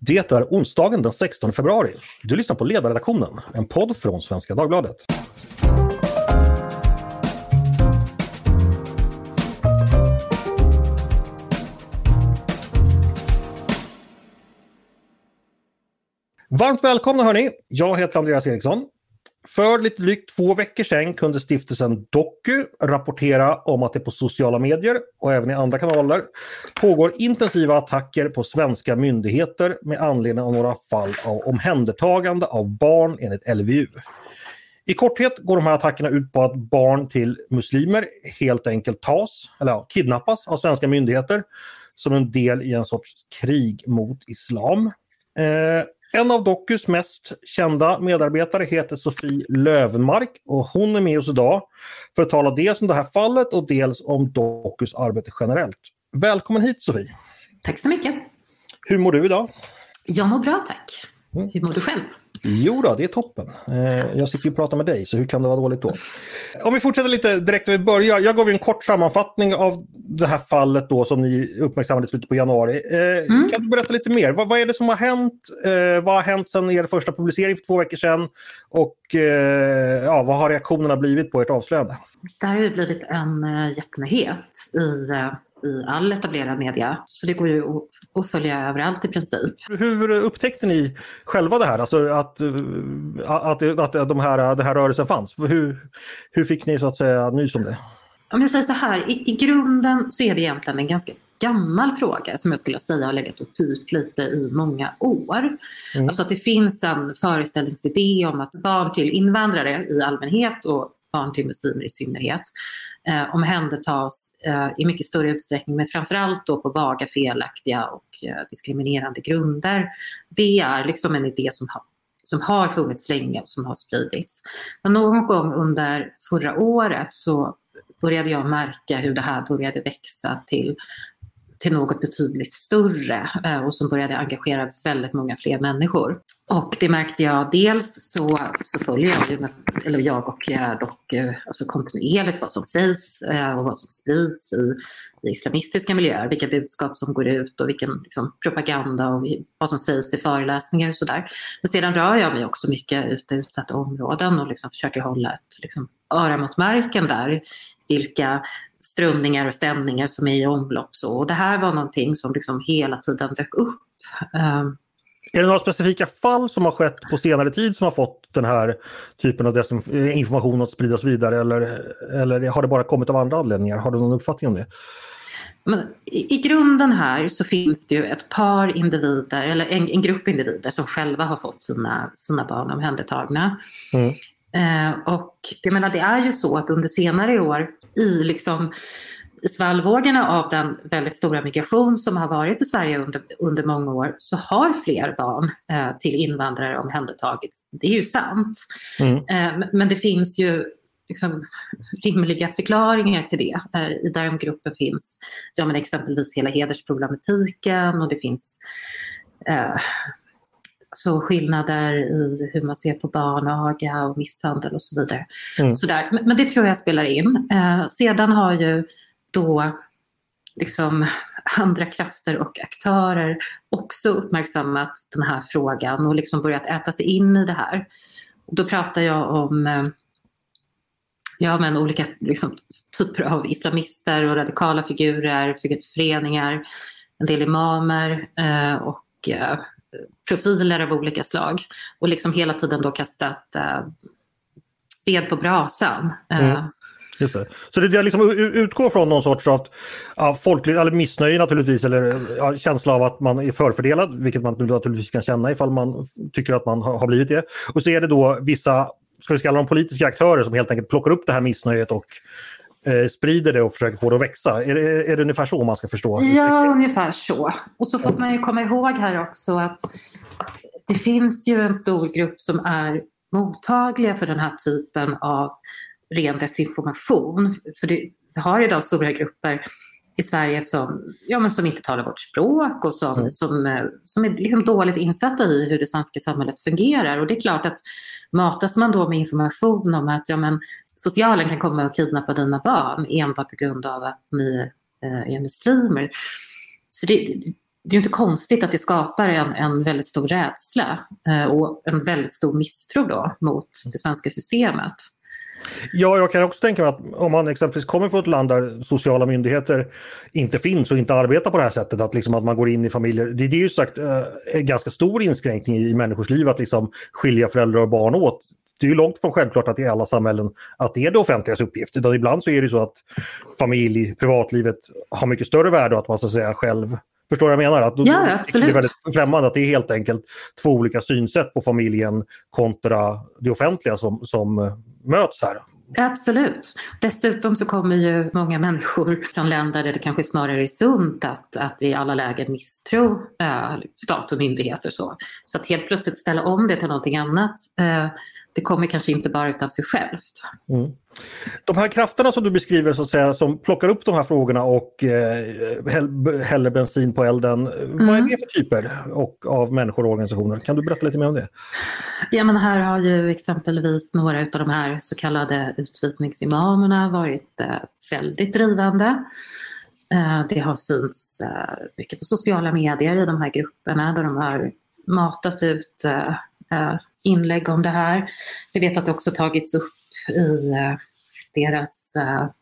Det är onsdagen den 16 februari. Du lyssnar på Ledarredaktionen, en podd från Svenska Dagbladet. Varmt välkomna hörni, jag heter Andreas Eriksson. För lite drygt 2 veckor sedan kunde stiftelsen Doku rapportera om att det på sociala medier och även i andra kanaler pågår intensiva attacker på svenska myndigheter med anledning av några fall av omhändertagande av barn enligt LVU. I korthet går de här attackerna ut på att barn till muslimer helt enkelt kidnappas av svenska myndigheter som en del i en sorts krig mot islam. En av Dokus mest kända medarbetare heter Sofie Lövenmark och hon är med oss idag för att tala dels om det här fallet och dels om Dokus arbete generellt. Välkommen hit Sofie. Tack så mycket. Hur mår du idag? Jag mår bra tack. Hur mår du själv? Jo då, det är toppen. Jag sitter ju och pratar med dig, så hur kan det vara dåligt då? Om vi fortsätter lite direkt när vi börjar. Jag gav ju en kort sammanfattning av det här fallet då som ni uppmärksammade i slutet på januari. Kan du berätta lite mer? Vad är det som har hänt? Vad har hänt sedan er första publicering för 2 veckor sedan? Och vad har reaktionerna blivit på ert avslöjande? Det här har ju blivit en jättenyhet i all etablerad media. Så det går ju att följa överallt i princip. Hur upptäckte ni själva det här? Alltså att det här rörelsen fanns? Hur fick ni så att säga nys om det? Om jag säger så här, i grunden så är det egentligen en ganska gammal fråga som jag skulle säga har legat och pyrt lite i många år. Alltså att det finns en föreställningsidé om att barn till invandrare i allmänhet och barn till muslimer i synnerhet omhändertas i mycket större utsträckning, men framförallt då på vaga, felaktiga och diskriminerande grunder. Det är liksom en idé som har funnits länge och som har spridits. Men någon gång under förra året så började jag märka hur det här började växa till något betydligt större och som började engagera väldigt många fler människor. Och det märkte jag dels så följer jag och alltså kontinuerligt vad som sägs och vad som sprids i islamistiska miljöer, vilka budskap som går ut och vilken liksom, propaganda och vad som sägs i föreläsningar och sådär. Men sedan rör jag mig också mycket ute i utsatta områden och liksom försöker hålla ett liksom, öra mot marken där, vilka strömningar och stämningar som är i omlopp. Och det här var någonting som liksom hela tiden dök upp. Är det några specifika fall som har skett på senare tid som har fått den här typen av information att spridas vidare eller har det bara kommit av andra anledningar? Har du någon uppfattning om det? Men i grunden här så finns det ju ett par individer eller en grupp individer som själva har fått sina barn omhändertagna. Och jag menar det är ju så att under senare år i svallvågorna av den väldigt stora migration som har varit i Sverige under många år så har fler barn till invandrare omhändertagits. Det är ju sant. Men det finns ju liksom rimliga förklaringar till det. I den gruppen finns exempelvis hela hedersproblematiken och det finns så skillnader i hur man ser på barnaga och misshandel och så vidare. Men det tror jag spelar in. Sedan har ju då liksom andra krafter och aktörer också uppmärksammat den här frågan och liksom börjat äta sig in i det här. Och då pratar jag om olika liksom, typer av islamister och radikala figurer, föreningar, en del imamer och profiler av olika slag. Och liksom hela tiden då kastat ved på brasan. Just det. Så det liksom utgår från någon sorts folklig eller missnöje naturligtvis eller känsla av att man är förfördelad, vilket man naturligtvis kan känna ifall man tycker att man har blivit det. Och så är det då vissa, ska vi kalla dem politiska aktörer som helt enkelt plockar upp det här missnöjet och sprider det och försöker få det att växa. Är det ungefär så man ska förstå? Ja, ungefär så. Och så får man ju komma ihåg här också att det finns ju en stor grupp som är mottagliga för den här typen av ren desinformation. För det har idag stora grupper i Sverige som inte talar vårt språk och som är liksom dåligt insatta i hur det svenska samhället fungerar. Och det är klart att matas man då med information om att socialen kan komma och kidnappa dina barn enbart på grund av att ni är muslimer. Så det är ju inte konstigt att det skapar en väldigt stor rädsla och en väldigt stor misstro då mot det svenska systemet. Ja, jag kan också tänka mig att om man exempelvis kommer från ett land där sociala myndigheter inte finns och inte arbetar på det här sättet, att, liksom, att man går in i familjer. Det är ju sagt en ganska stor inskränkning i människors liv att liksom skilja föräldrar och barn åt. Det är ju långt från självklart att i alla samhällen att det är det offentligas uppgift. Utan ibland så är det så att familj, privatlivet har mycket större värde och att man så att säga själv. Förstår jag menar? Att ja, absolut. Det är väldigt främmande att det är helt enkelt två olika synsätt på familjen kontra det offentliga som möts här. Absolut. Dessutom så kommer ju många människor från länder där det kanske snarare är sunt att i alla lägen misstro stat och myndigheter. Så att helt plötsligt ställa om det till någonting annat, det kommer kanske inte bara utav sig självt. Mm. De här krafterna som du beskriver så att säga, som plockar upp de här frågorna och häller bensin på elden. Vad är det för typer av människor och organisationer? Kan du berätta lite mer om det? Ja, men här har ju exempelvis några av de här så kallade utvisningsimamerna varit väldigt drivande. Det har synts mycket på sociala medier i de här grupperna där de har matat ut inlägg om det här. Vi vet att det också tagits upp i deras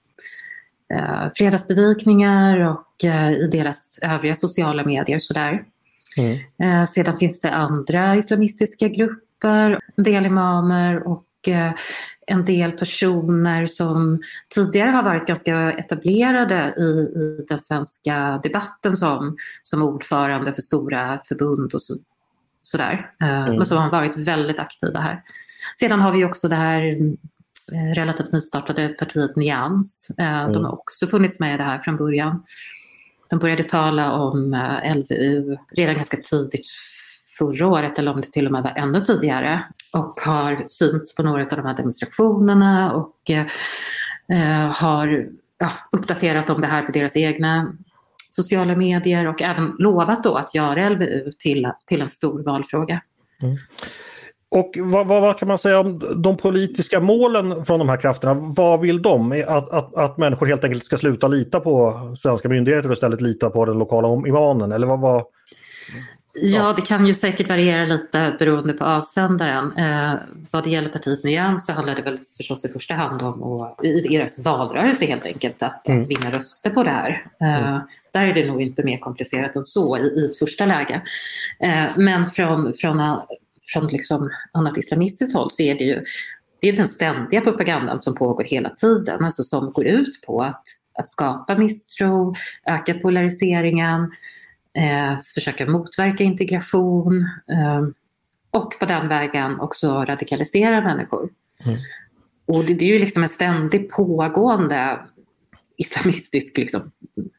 fredagsbedikningar och i deras övriga sociala medier. Sådär. Sedan finns det andra islamistiska grupper, en del imamer och en del personer som tidigare har varit ganska etablerade i den svenska debatten som ordförande för stora förbund och sådär. Men som har varit väldigt aktiva här. Sedan har vi också det här relativt nystartade partiet Nyans. De har också funnits med i det här från början. De började tala om LVU redan ganska tidigt förra året, eller om det till och med var ännu tidigare, och har synts på några av de här demonstrationerna och har uppdaterat om det här på deras egna sociala medier och även lovat då att göra LVU till en stor valfråga. Och vad kan man säga om de politiska målen från de här krafterna? Vad vill de? Att människor helt enkelt ska sluta lita på svenska myndigheter och istället lita på den lokala imamen? Eller vad? Ja, det kan ju säkert variera lite beroende på avsändaren. Vad det gäller partiet Nyans så handlar det väl förstås i första hand om i deras valrörelse helt enkelt att vinna röster på det här. Där är det nog inte mer komplicerat än så i ett första läge. Men från liksom annat islamistiskt håll så är det är den ständiga propagandan som pågår hela tiden, alltså som går ut på att skapa misstro, öka polariseringen, försöka motverka integration och på den vägen också radikalisera människor. Och det är ju liksom en ständigt pågående islamistisk liksom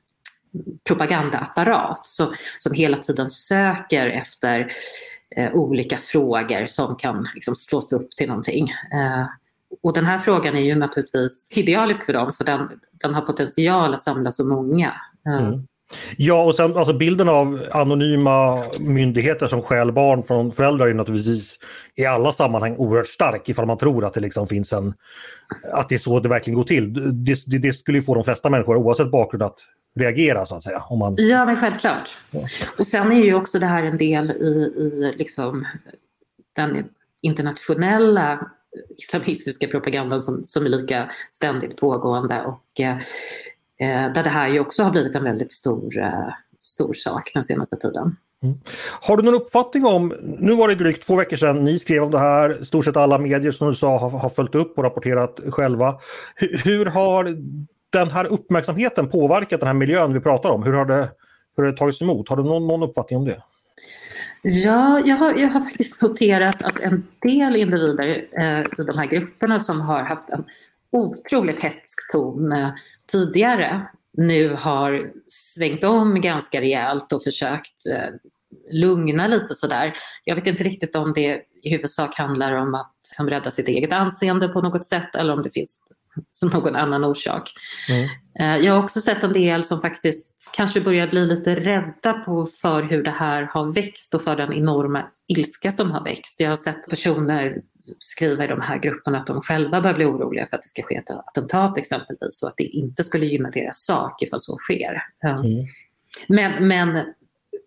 propagandaapparat som hela tiden söker efter olika frågor som kan liksom slås upp till någonting. Och den här frågan är ju naturligtvis idealisk för dem, för den har potential att samla så många. Ja, och sen alltså bilden av anonyma myndigheter som stjäl barn från föräldrar är naturligtvis i alla sammanhang oerhört stark ifall man tror att det liksom finns att det är så det verkligen går till. Det skulle ju få de flesta människor oavsett bakgrund att reagera så att säga. Ja, men självklart. Ja. Och sen är ju också det här en del i liksom den internationella islamistiska propagandan som är lika ständigt pågående och där det här ju också har blivit en väldigt stor sak den senaste tiden. Har du någon uppfattning om, nu var det drygt 2 veckor sedan ni skrev om det här, stort sett alla medier som du sa har följt upp och rapporterat själva. Hur har den här uppmärksamheten påverkat den här miljön vi pratar om? Hur har det tagits emot? Har du någon uppfattning om det? Ja, jag har faktiskt noterat att en del individer i de här grupperna som har haft en otroligt hätsk ton tidigare nu har svängt om ganska rejält och försökt lugna lite sådär. Jag vet inte riktigt om det i huvudsak handlar om att rädda sitt eget anseende på något sätt eller om det finns som någon annan orsak. Jag har också sett en del som faktiskt kanske börjar bli lite rädda för hur det här har växt och för den enorma ilska som har växt. Jag har sett personer skriva i de här grupperna att de själva börjar bli oroliga för att det ska ske ett attentat exempelvis så att det inte skulle gynna deras sak ifall så sker. Men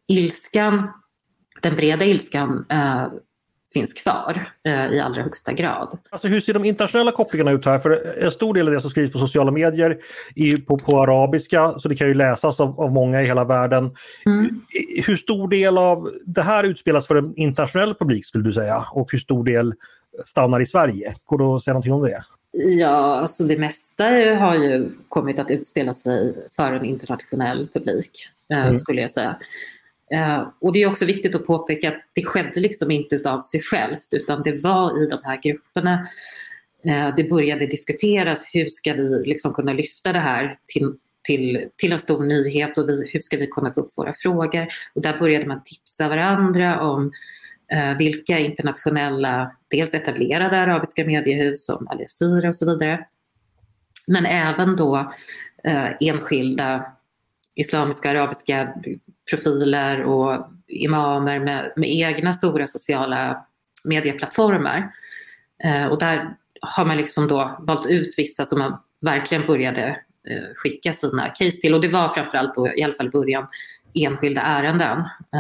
den breda ilskan finns kvar i allra högsta grad. Alltså hur ser de internationella kopplingarna ut här? För en stor del av det som skrivs på sociala medier är på arabiska, så det kan ju läsas av många i hela världen. Hur stor del av det här utspelas för en internationell publik skulle du säga? Och hur stor del stannar i Sverige? Går det att säga någonting om det? Ja, alltså det mesta har ju kommit att utspela sig för en internationell publik, skulle jag säga. Och det är också viktigt att påpeka att det skedde liksom inte utav sig självt, utan det var i de här grupperna det började diskuteras hur ska vi liksom kunna lyfta det här till en stor nyhet och hur ska vi kunna få upp våra frågor. Och där började man tipsa varandra om vilka internationella, dels etablerade arabiska mediehus som Al Jazeera och så vidare, men även då enskilda islamiska arabiska profiler och imamer med egna stora sociala medieplattformar. Och där har man liksom då valt ut vissa som man verkligen började skicka sina case till. Och det var framförallt då, i alla fall början, enskilda ärenden.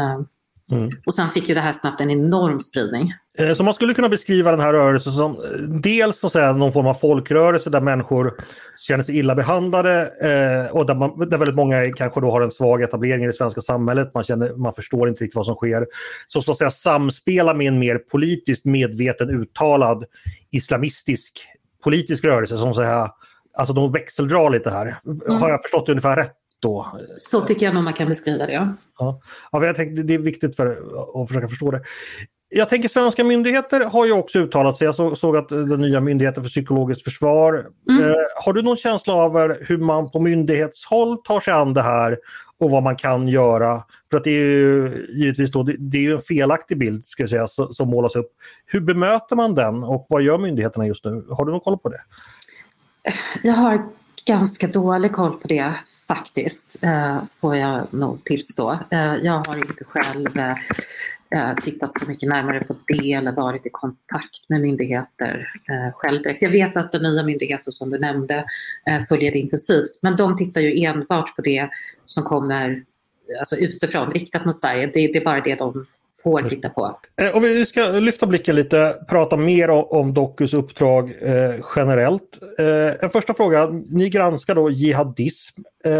Och sen fick ju det här snabbt en enorm spridning. Så man skulle kunna beskriva den här rörelsen som dels så att säga, någon form av folkrörelse där människor känner sig illa behandlade och där väldigt många kanske då har en svag etablering i det svenska samhället. Man förstår inte riktigt vad som sker. Så att säga samspela med en mer politiskt medveten uttalad islamistisk politisk rörelse som säger, alltså de växeldrar lite här. Har jag förstått det ungefär rätt? Då. Så tycker jag nog man kan beskriva det, ja. Ja, jag tänkte, det är viktigt för att försöka förstå det. Jag tänker svenska myndigheter har ju också uttalat sig. Jag såg att den nya myndigheten för psykologiskt försvar. Har du någon känsla av hur man på myndighetshåll tar sig an det här och vad man kan göra? För att det är ju givetvis då, det är ju en felaktig bild ska jag säga, som målas upp. Hur bemöter man den och vad gör myndigheterna just nu? Har du någon koll på det? Jag har ganska dålig koll på det faktiskt, får jag nog tillstå. Jag har inte själv tittat så mycket närmare på det eller varit i kontakt med myndigheter själv. Jag vet att den nya myndigheten som du nämnde följer det intensivt, men de tittar ju enbart på det som kommer alltså utifrån, riktat mot Sverige. Det är bara det de får titta på. Och vi ska lyfta blicken lite, prata mer om Docus uppdrag generellt. En första fråga, ni granskar då jihadism.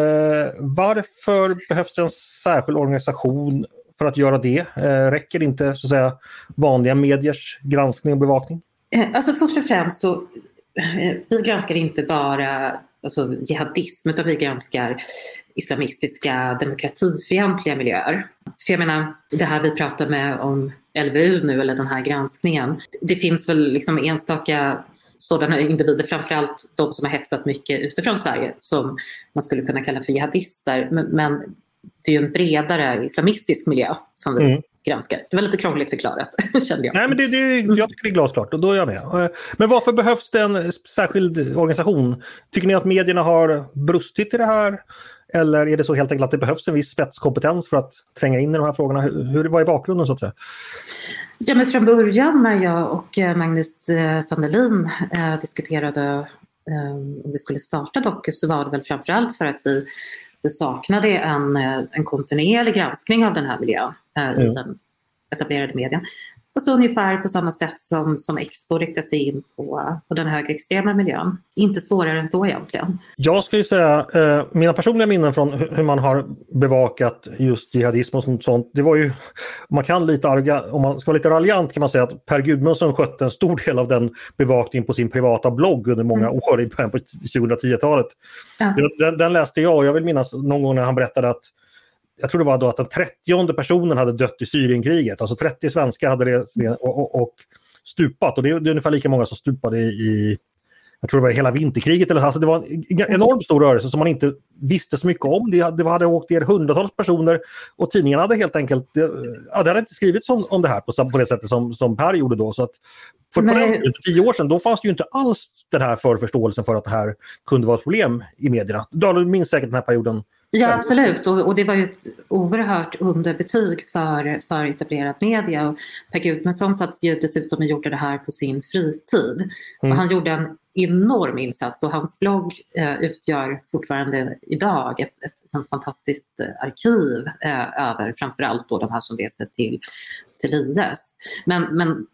Varför behövs det en särskild organisation för att göra det? Räcker det inte så att säga vanliga mediers granskning och bevakning? Alltså först och främst så vi granskar inte bara alltså jihadism, utan vi granskar islamistiska demokratifientliga miljöer. För jag menar, det här vi pratar med om LVU nu, eller den här granskningen, det finns väl liksom enstaka sådana individer, framförallt de som har hetsat mycket utifrån Sverige, som man skulle kunna kalla för jihadister, men det är ju en bredare islamistisk miljö som vi granskar. Det var lite krångligt förklarat, kände jag. Nej, men jag tycker det är glasklart och då är jag med. Men varför behövs det en särskild organisation? Tycker ni att medierna har brustit i det här? Eller är det så helt enkelt att det behövs en viss spetskompetens för att tränga in i de här frågorna? Vad är bakgrunden så att säga? Ja, men från början när jag och Magnus Sandelin diskuterade om vi skulle starta Docus, så var det väl framförallt för att vi saknade en kontinuerlig granskning av den här miljön i den etablerade medien. Och så ungefär på samma sätt som Expo riktar sig in på den högerextrema miljön. Inte svårare än så egentligen. Jag ska ju säga, mina personliga minnen från hur man har bevakat just jihadism och sånt, det var ju, om man ska vara lite raljant kan man säga att Per Gudmundsson skötte en stor del av den bevakningen på sin privata blogg under många år i början på 2010-talet. Ja. Den läste jag och jag vill minnas någon gång när han berättade att jag tror det var då att den 30:e personen hade dött i Syrienkriget. Alltså 30 svenskar hade det och stupat. Och det är ungefär lika många som stupade i jag tror det var hela vinterkriget. Alltså det var en enormt stor rörelse som man inte visste så mycket om. Det hade åkt ner hundratals personer och tidningarna hade helt enkelt det hade inte skrivits om det här på det sättet som Per gjorde då. Så att för 10 år sedan då fanns det ju inte alls den här förförståelsen för att det här kunde vara ett problem i medierna. Du minns säkert den här perioden. Ja, absolut. Och det var ju ett oerhört underbetyg för etablerad media. Och Per Gudmundsson satt ju dessutom och gjorde det här på sin fritid. Och han gjorde en enorm insats och hans blogg utgör fortfarande idag ett fantastiskt arkiv över framförallt då de här som reste till IS. Men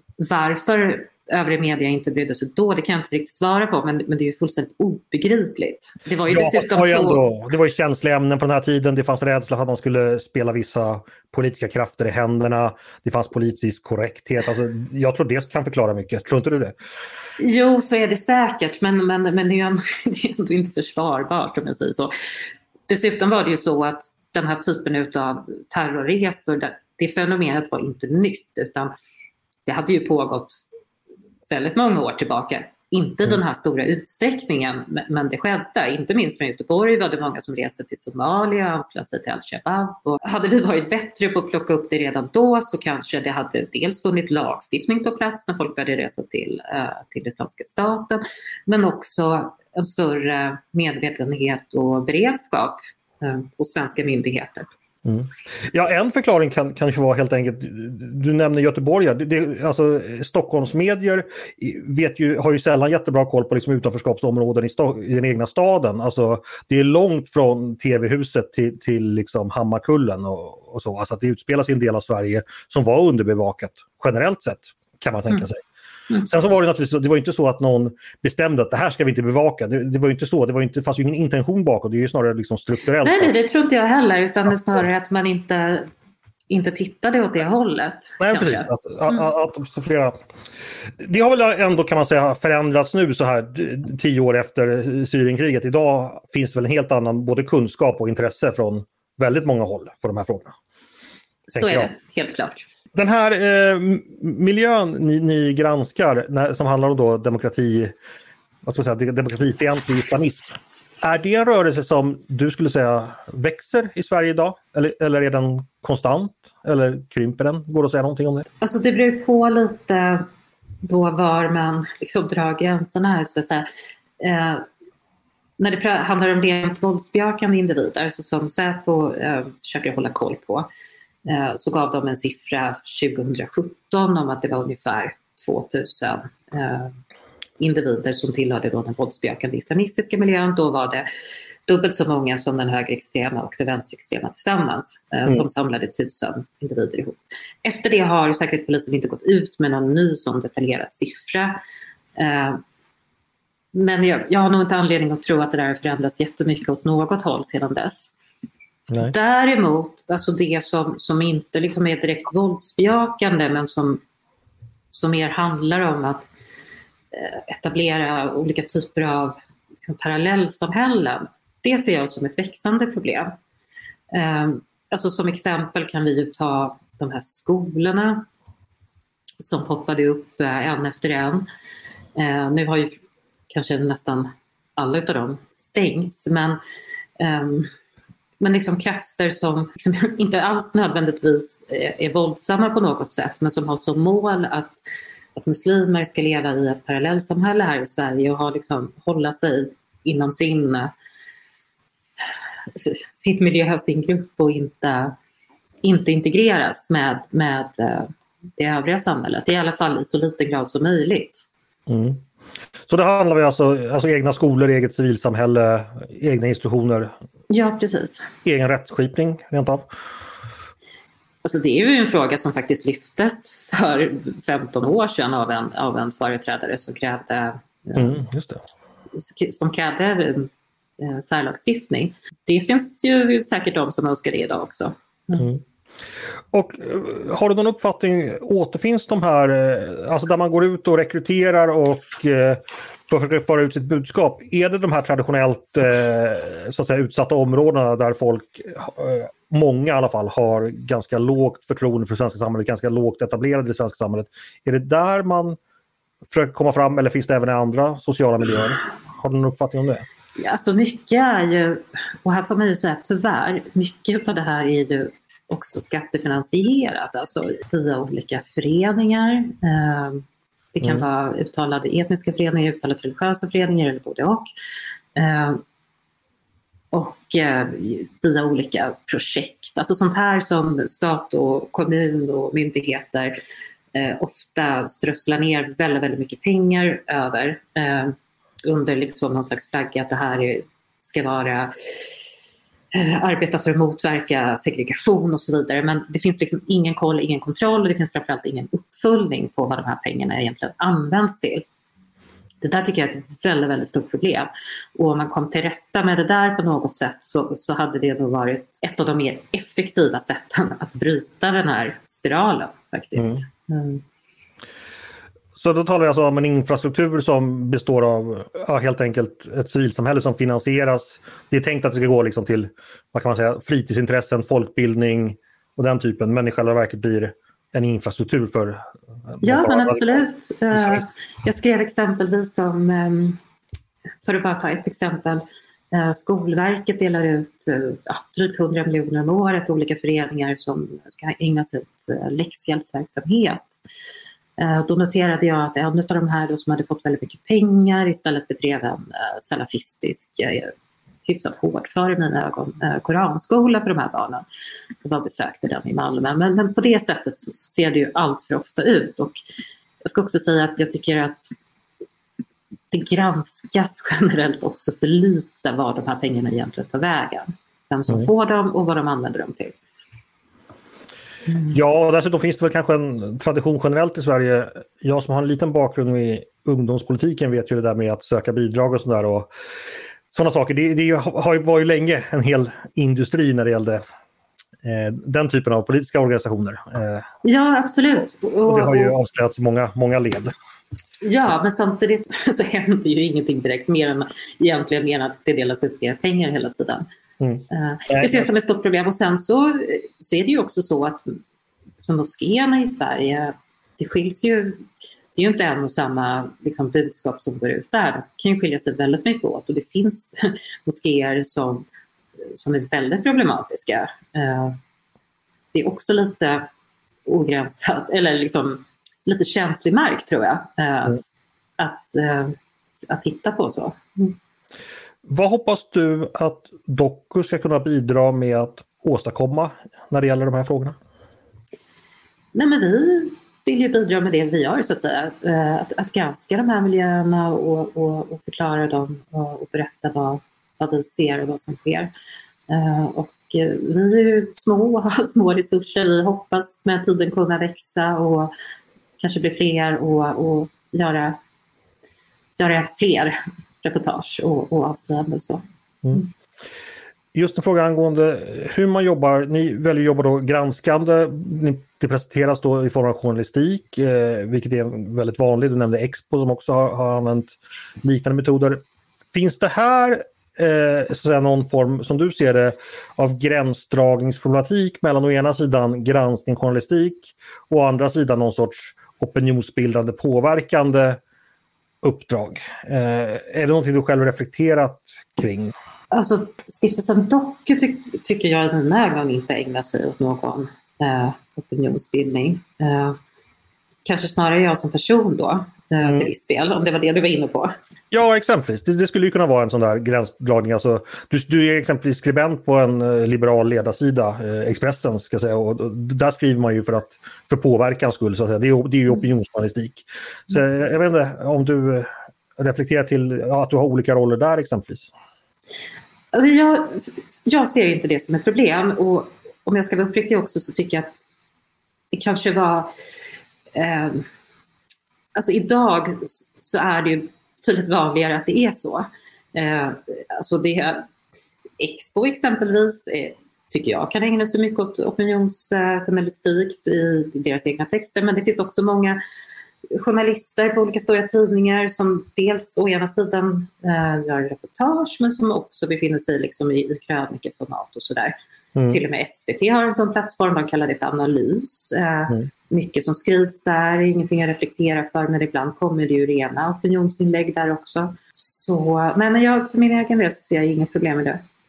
varför övrig media inte brydde sig då, det kan jag inte riktigt svara på, men det är ju fullständigt obegripligt. Det var ju dessutom det var ju känsliga ämnen på den här tiden, det fanns rädsla för att man skulle spela vissa politiska krafter i händerna, det fanns politisk korrekthet, alltså, jag tror det kan förklara mycket, tror inte du det? Jo, så är det säkert, men det är ju ändå inte försvarbart om jag säger så. Dessutom var det ju så att den här typen av terrorresor, det fenomenet var inte nytt, utan det hade ju pågått väldigt många år tillbaka. Inte den här stora utsträckningen, men det skedde. Inte minst från Göteborg var det många som reste till Somalia och anslöt sig till Al-Shabaab. Och hade vi varit bättre på att plocka upp det redan då så kanske det hade dels funnits lagstiftning på plats när folk började resa till Islamiska staten. Men också en större medvetenhet och beredskap hos svenska myndigheter. Mm. Ja, en förklaring kan ju vara helt enkelt, du nämner Göteborg, alltså Stockholmsmedier har ju sällan jättebra koll på liksom utanförskapsområden i den egna staden, alltså det är långt från TV-huset till liksom Hammarkullen och så, alltså att det utspelas i en del av Sverige som var underbevakat generellt sett, kan man tänka sig. Sen så var det naturligtvis, det var inte så att någon bestämde att det här ska vi inte bevaka. Det var ju inte så, det fanns ju ingen intention bakom, det är ju snarare liksom strukturellt. Nej, det tror inte jag heller, utan det är snarare att man inte tittade åt det hållet. Nej, kanske. Precis. Att flera... Det har väl ändå, kan man säga, förändrats nu så här 10 år efter Syrienkriget. Idag finns det väl en helt annan både kunskap och intresse från väldigt många håll för de här frågorna. Så är det, helt klart. Den här miljön ni granskar som handlar om då demokratifientlig islamism. Är det en rörelse som du skulle säga växer i Sverige idag? Eller är den konstant? Eller krymper den? Går det att säga någonting om det? Alltså det beror på lite då var man liksom drar gränserna här. Så att säga. När det handlar om rent våldsbejakande individer så som Säpo försöker hålla koll på, så gav de en siffra 2017 om att det var ungefär 2000 individer som tillhörde då den våldsbejakande islamistiska miljön. Då var det dubbelt så många som den högerextrema och den vänsterextrema tillsammans. De samlade 1000 individer ihop. Efter det har Säkerhetspolisen inte gått ut med någon ny sån detaljerad siffra. Men jag har nog inte anledning att tro att det där har förändrats jättemycket åt något håll sedan dess. Nej. Däremot, alltså det som inte liksom är direkt våldsbejakande men som mer handlar om att etablera olika typer av liksom, parallellsamhällen, det ser jag som ett växande problem. Alltså som exempel kan vi ju ta de här skolorna som poppade upp en efter en. Nu har ju kanske nästan alla av dem stängts, men liksom krafter som liksom inte alls nödvändigtvis är våldsamma på något sätt, men som har som mål att muslimer ska leva i ett parallellsamhälle här i Sverige och hålla sig inom sin miljö, sin grupp och inte integreras med det övriga samhället, i alla fall i så liten grad som möjligt. Mm. Så det handlar om alltså egna skolor, eget civilsamhälle, egna institutioner? Ja, precis. Egen rättskipning rent av? Alltså det är ju en fråga som faktiskt lyftes för 15 år sedan av en företrädare som krävde särlagstiftning. Det finns ju säkert de som önskar det idag också. Mm. Och har du någon uppfattning, återfinns de här, alltså där man går ut och rekryterar och försöker föra ut sitt budskap, är det de här traditionellt så att säga utsatta områdena där folk, många i alla fall, har ganska lågt förtroende för det svenska samhället, ganska lågt etablerade i det svenska samhället? Är det där man försöker komma fram, eller finns det även i andra sociala miljöer? Har du någon uppfattning om det? Ja, alltså mycket är ju, och här får man ju säga tyvärr, mycket av det här är ju också skattefinansierat, alltså via olika föreningar. Det kan vara uttalade etniska föreningar, uttalade religiösa föreningar eller både och. och via olika projekt. Alltså sånt här som stat och kommun och myndigheter ofta strösslar ner väldigt, väldigt mycket pengar över under liksom någon slags flagga att det här ska vara arbeta för att motverka segregation och så vidare. Men det finns liksom ingen koll, ingen kontroll och det finns framförallt ingen uppföljning på vad de här pengarna egentligen används till. Det där tycker jag är ett väldigt, väldigt stort problem. Och om man kom till rätta med det där på något sätt så hade det nog varit ett av de mer effektiva sätten att bryta den här spiralen faktiskt. Så då talar vi alltså om en infrastruktur som består av helt enkelt ett civilsamhälle som finansieras. Det är tänkt att det ska gå liksom till, vad kan man säga, fritidsintressen, folkbildning och den typen. Men i själva verket blir en infrastruktur för... Ja, men absolut. Jag skrev exempelvis om, för att bara ta ett exempel, Skolverket delar ut drygt 100 miljoner om året till olika föreningar som ska ägna sig åt läxhjälpsverksamhet. Då noterade jag att en av de här då som hade fått väldigt mycket pengar istället bedrev en salafistisk, hyfsat hård för i mina ögon, koranskola för de här barnen. Och jag besökte den i Malmö. Men på det sättet så ser det ju allt för ofta ut. Och jag ska också säga att jag tycker att det granskas generellt också för lite vad de här pengarna egentligen tar vägen. Vem som får dem och vad de använder dem till. Ja, och dessutom finns det väl kanske en tradition generellt i Sverige. Jag som har en liten bakgrund i ungdomspolitiken vet ju det där med att söka bidrag och sådär och sådana saker. Det var ju länge en hel industri när det gällde den typen av politiska organisationer. Ja, absolut. Och det har ju avslöjats i många led. Ja, men samtidigt så händer ju ingenting direkt mer än att det delas ut mer pengar hela tiden. Det ses som ett stort problem. Och sen så är det ju också så att som moskéerna i Sverige, det skiljs ju, det är ju inte en och samma liksom, budskap som går ut där. Det kan ju skilja sig väldigt mycket åt och det finns moskéer som är väldigt problematiska. Det är också lite ogränsat eller liksom lite känslig mark tror jag att titta på så. Vad hoppas du att Doku ska kunna bidra med att åstadkomma när det gäller de här frågorna? Nej, men vi vill ju bidra med det vi gör så att säga. Att granska de här miljöerna och förklara dem och berätta vad vi ser och vad som sker. Och vi är ju små och har små resurser. Vi hoppas med tiden kunna växa och kanske bli fler och göra fler reportage och avslöjanden och så. Just en fråga angående hur man jobbar. Ni väljer att jobba då granskande. Det presenteras då i form av journalistik, vilket är väldigt vanligt. Du nämnde Expo som också har använt liknande metoder. Finns det här så att säga, någon form, som du ser det, av gränsdragningsproblematik mellan å ena sidan granskning, journalistik och å andra sidan någon sorts opinionsbildande, påverkande uppdrag? Är det någonting du själv reflekterat kring? Alltså stiftelsen Doku tycker jag i mina ögon inte ägnar sig åt någon opinionsbildning. Kanske snarare jag som person då till viss del, om det var det du var inne på. Ja, exempelvis. Det skulle ju kunna vara en sån där gränsdragning. Alltså, du är exempelvis skribent på en liberal ledarsida, Expressen ska jag säga, och där skriver man ju för påverkans skull så att säga. Det är ju opinionsjournalistik. Så jag vet inte om du reflekterar till att du har olika roller där exempelvis. Alltså jag ser inte det som ett problem och om jag ska vara uppriktig också så tycker jag att det kanske var alltså idag så är det ju tydligt vanligare att det är så. Alltså det Expo exempelvis tycker jag kan ägna sig mycket åt opinionsjournalistik i deras egna texter, men det finns också många journalister på olika stora tidningar som dels å ena sidan gör reportage men som också befinner sig liksom i krönikeformat och sådär. Till och med SVT har en sån plattform, de kallar det för analys. Mycket som skrivs där, ingenting att reflektera för, men ibland kommer det ju rena opinionsinlägg där också. Så, men jag för min egen del så ser jag inget problem med det.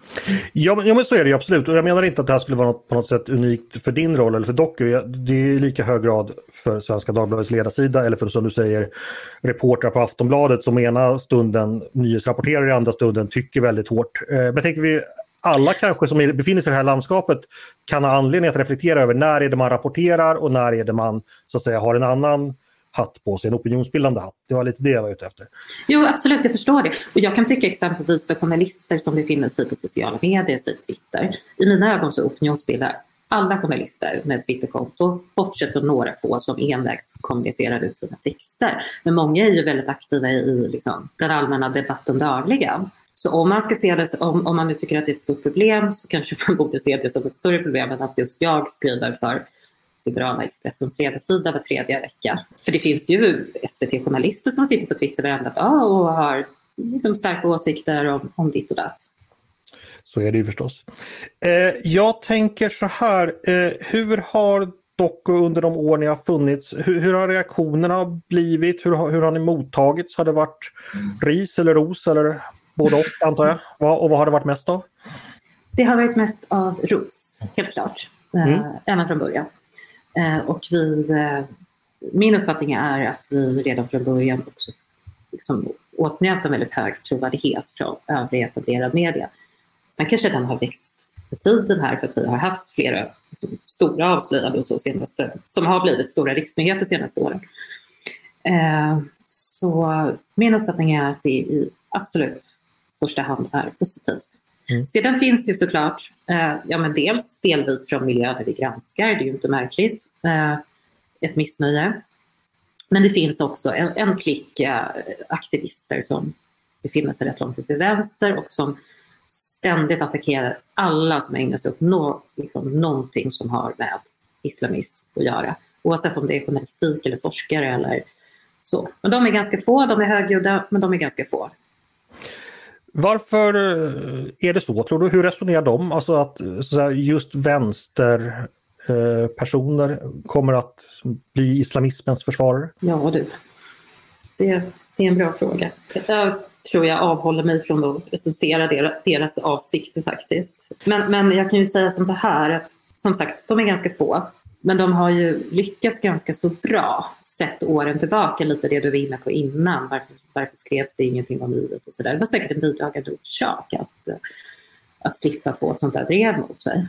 Ja, men så är det ju absolut. Och jag menar inte att det här skulle vara på något sätt unikt för din roll eller för Doku. Det är i lika hög grad för Svenska Dagbladets ledarsida eller för, som du säger, reportrar på Aftonbladet som ena stunden nyhetsrapporterar i andra stunden tycker väldigt hårt. Men tänker vi alla kanske som befinner sig i det här landskapet kan ha anledning att reflektera över när är det man rapporterar och när är det man så att säga har en annan hatt på sig, en opinionsbildande hatt. Det var lite det jag var ute efter. Jo, absolut, jag förstår det. Och jag kan tycka exempelvis för journalister som befinner sig på sociala medier, sig Twitter. I mina ögon så opinionsbildar alla journalister med Twitterkonto, bortsett från några få som envägskommunicerar ut sina texter. Men många är ju väldigt aktiva i liksom, den allmänna debatten dagligen. Så om man ska se det, om man nu tycker att det är ett stort problem så kanske man borde se det som ett större problem än att just jag skriver för Liberala Expressens ledarsida var 3:e vecka. För det finns ju SVT-journalister som sitter på Twitter varenda dag och har liksom starka åsikter om ditt och datt. Så är det ju förstås. Jag tänker så här, hur har Doku under de år ni har funnits, hur har reaktionerna blivit? Hur har ni mottagits? Har det varit ris eller ros eller både och antar jag? Och vad har det varit mest av? Det har varit mest av ros, helt klart. Även från början. Och min uppfattning är att vi redan från början också liksom åtnjöt en väldigt hög trovärdighet från övriga etablerad media. Sen kanske den har växt med tiden här för att vi har haft flera liksom, stora avslöjanden och så senaste, som har blivit stora riksnyheter senaste åren. Så min uppfattning är att det i absolut första hand är positivt. Sedan finns det ju såklart delvis från miljön där vi granskar, det är ju inte märkligt, ett missnöje. Men det finns också en klick aktivister som befinner sig rätt långt ut till vänster och som ständigt attackerar alla som ägnar sig åt någonting som har med islamism att göra. Oavsett om det är journalistik eller forskare eller så. Men de är ganska få, de är högljudda, men de är ganska få. Varför är det så, tror du? Hur resonerar de? Alltså att så här, just vänsterpersoner kommer att bli islamismens försvarare? Ja du, det är en bra fråga. Jag tror jag avhåller mig från att recensera deras avsikter faktiskt. Men jag kan ju säga som så här att som sagt, de är ganska få. Men de har ju lyckats ganska så bra sett åren tillbaka, lite det du var inne på innan. Varför skrevs det ingenting om IS och sådär. Det var säkert en bidragande orsak att slippa få ett sånt där drev mot sig.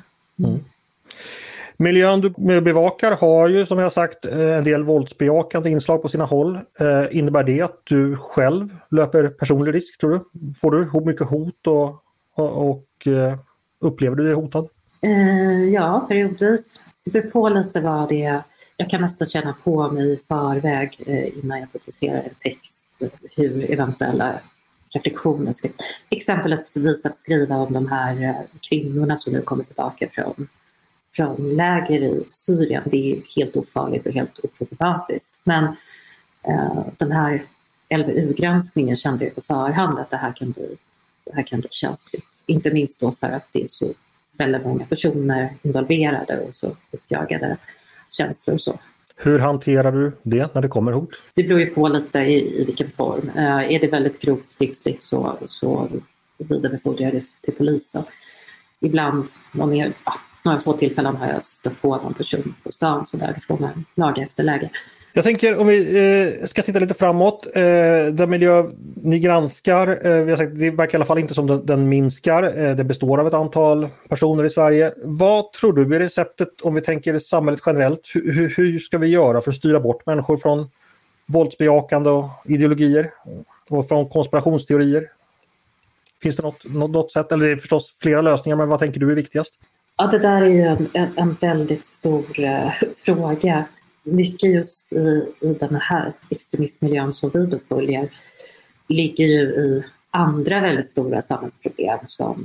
Miljön du bevakar har ju som jag sagt en del våldsbejakande inslag på sina håll. Innebär det att du själv löper personlig risk, tror du? Får du mycket hot och upplever du dig hotad? Ja, periodvis. Det beror på lite vad det är. Jag kan nästan känna på mig i förväg innan jag publicerar en text hur eventuella reflektioner ska... Exempelvis att skriva om de här kvinnorna som nu kommer tillbaka från läger i Syrien. Det är helt ofarligt och helt oproblematiskt. Men den här LVU-granskningen kände jag på förhand att det här kan bli känsligt. Inte minst då för att det är så väldigt många personer involverade och så uppjagade känslor och så. Hur hanterar du det när det kommer hot? Det beror ju på lite i vilken form. Är det väldigt grovt skriftligt så vidarebefordrar jag det till polisen. Ibland, några få tillfällen har jag stött på någon person på stan så där får man laga efter läge. Jag tänker om vi ska titta lite framåt. Den miljö ni granskar, vi har sagt, det verkar i alla fall inte som den minskar. Det består av ett antal personer i Sverige. Vad tror du är receptet om vi tänker samhället generellt? Hur ska vi göra för att styra bort människor från våldsbejakande och ideologier och från konspirationsteorier? Finns det något sätt, eller det är förstås flera lösningar, men vad tänker du är viktigast? Ja, det där är ju en väldigt stor fråga. Mycket just i den här extremistmiljön som vi då följer ligger ju i andra väldigt stora samhällsproblem som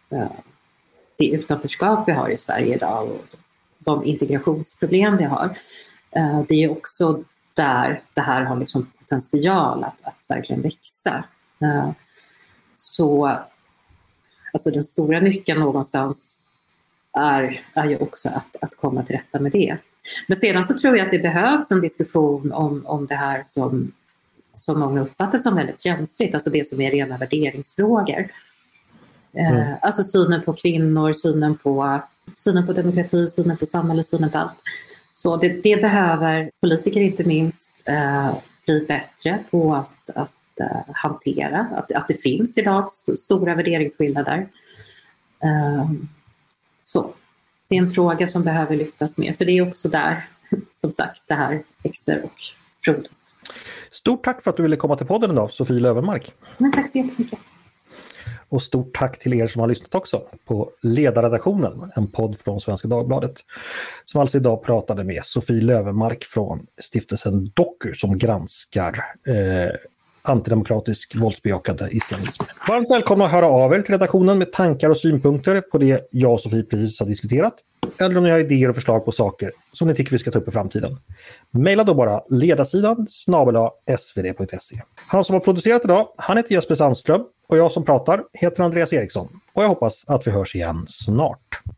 det utanförskap vi har i Sverige idag och de integrationsproblem vi har. Det är också där det här har liksom potential att verkligen växa. Så alltså den stora nyckeln någonstans är ju också att komma till rätta med det. Men sedan så tror jag att det behövs en diskussion om det här som många uppfattar som väldigt känsligt, alltså det som är rena värderingsfrågor. Alltså synen på kvinnor, synen på demokrati, synen på samhället, synen på allt. Så det behöver politiker inte minst bli bättre på att hantera. Att det finns idag stora värderingsskillnader. Så det är en fråga som behöver lyftas mer. För det är också där, som sagt, det här växer och frodas. Stort tack för att du ville komma till podden idag, Sofie Löwenmark. Men tack så jättemycket. Och stort tack till er som har lyssnat också på Ledarredaktionen, en podd från Svenska Dagbladet. Som alltså idag pratade med Sofie Löwenmark från stiftelsen Doku som granskar antidemokratisk våldsbejakande islamism. Varmt välkomna att höra av er till redaktionen med tankar och synpunkter på det jag och Sofie precis har diskuterat. Eller om ni har idéer och förslag på saker som ni tycker vi ska ta upp i framtiden. Maila då bara ledarsidan@svd.se. Han som har producerat idag, han heter Jesper Sandström och jag som pratar heter Andreas Eriksson. Och jag hoppas att vi hörs igen snart.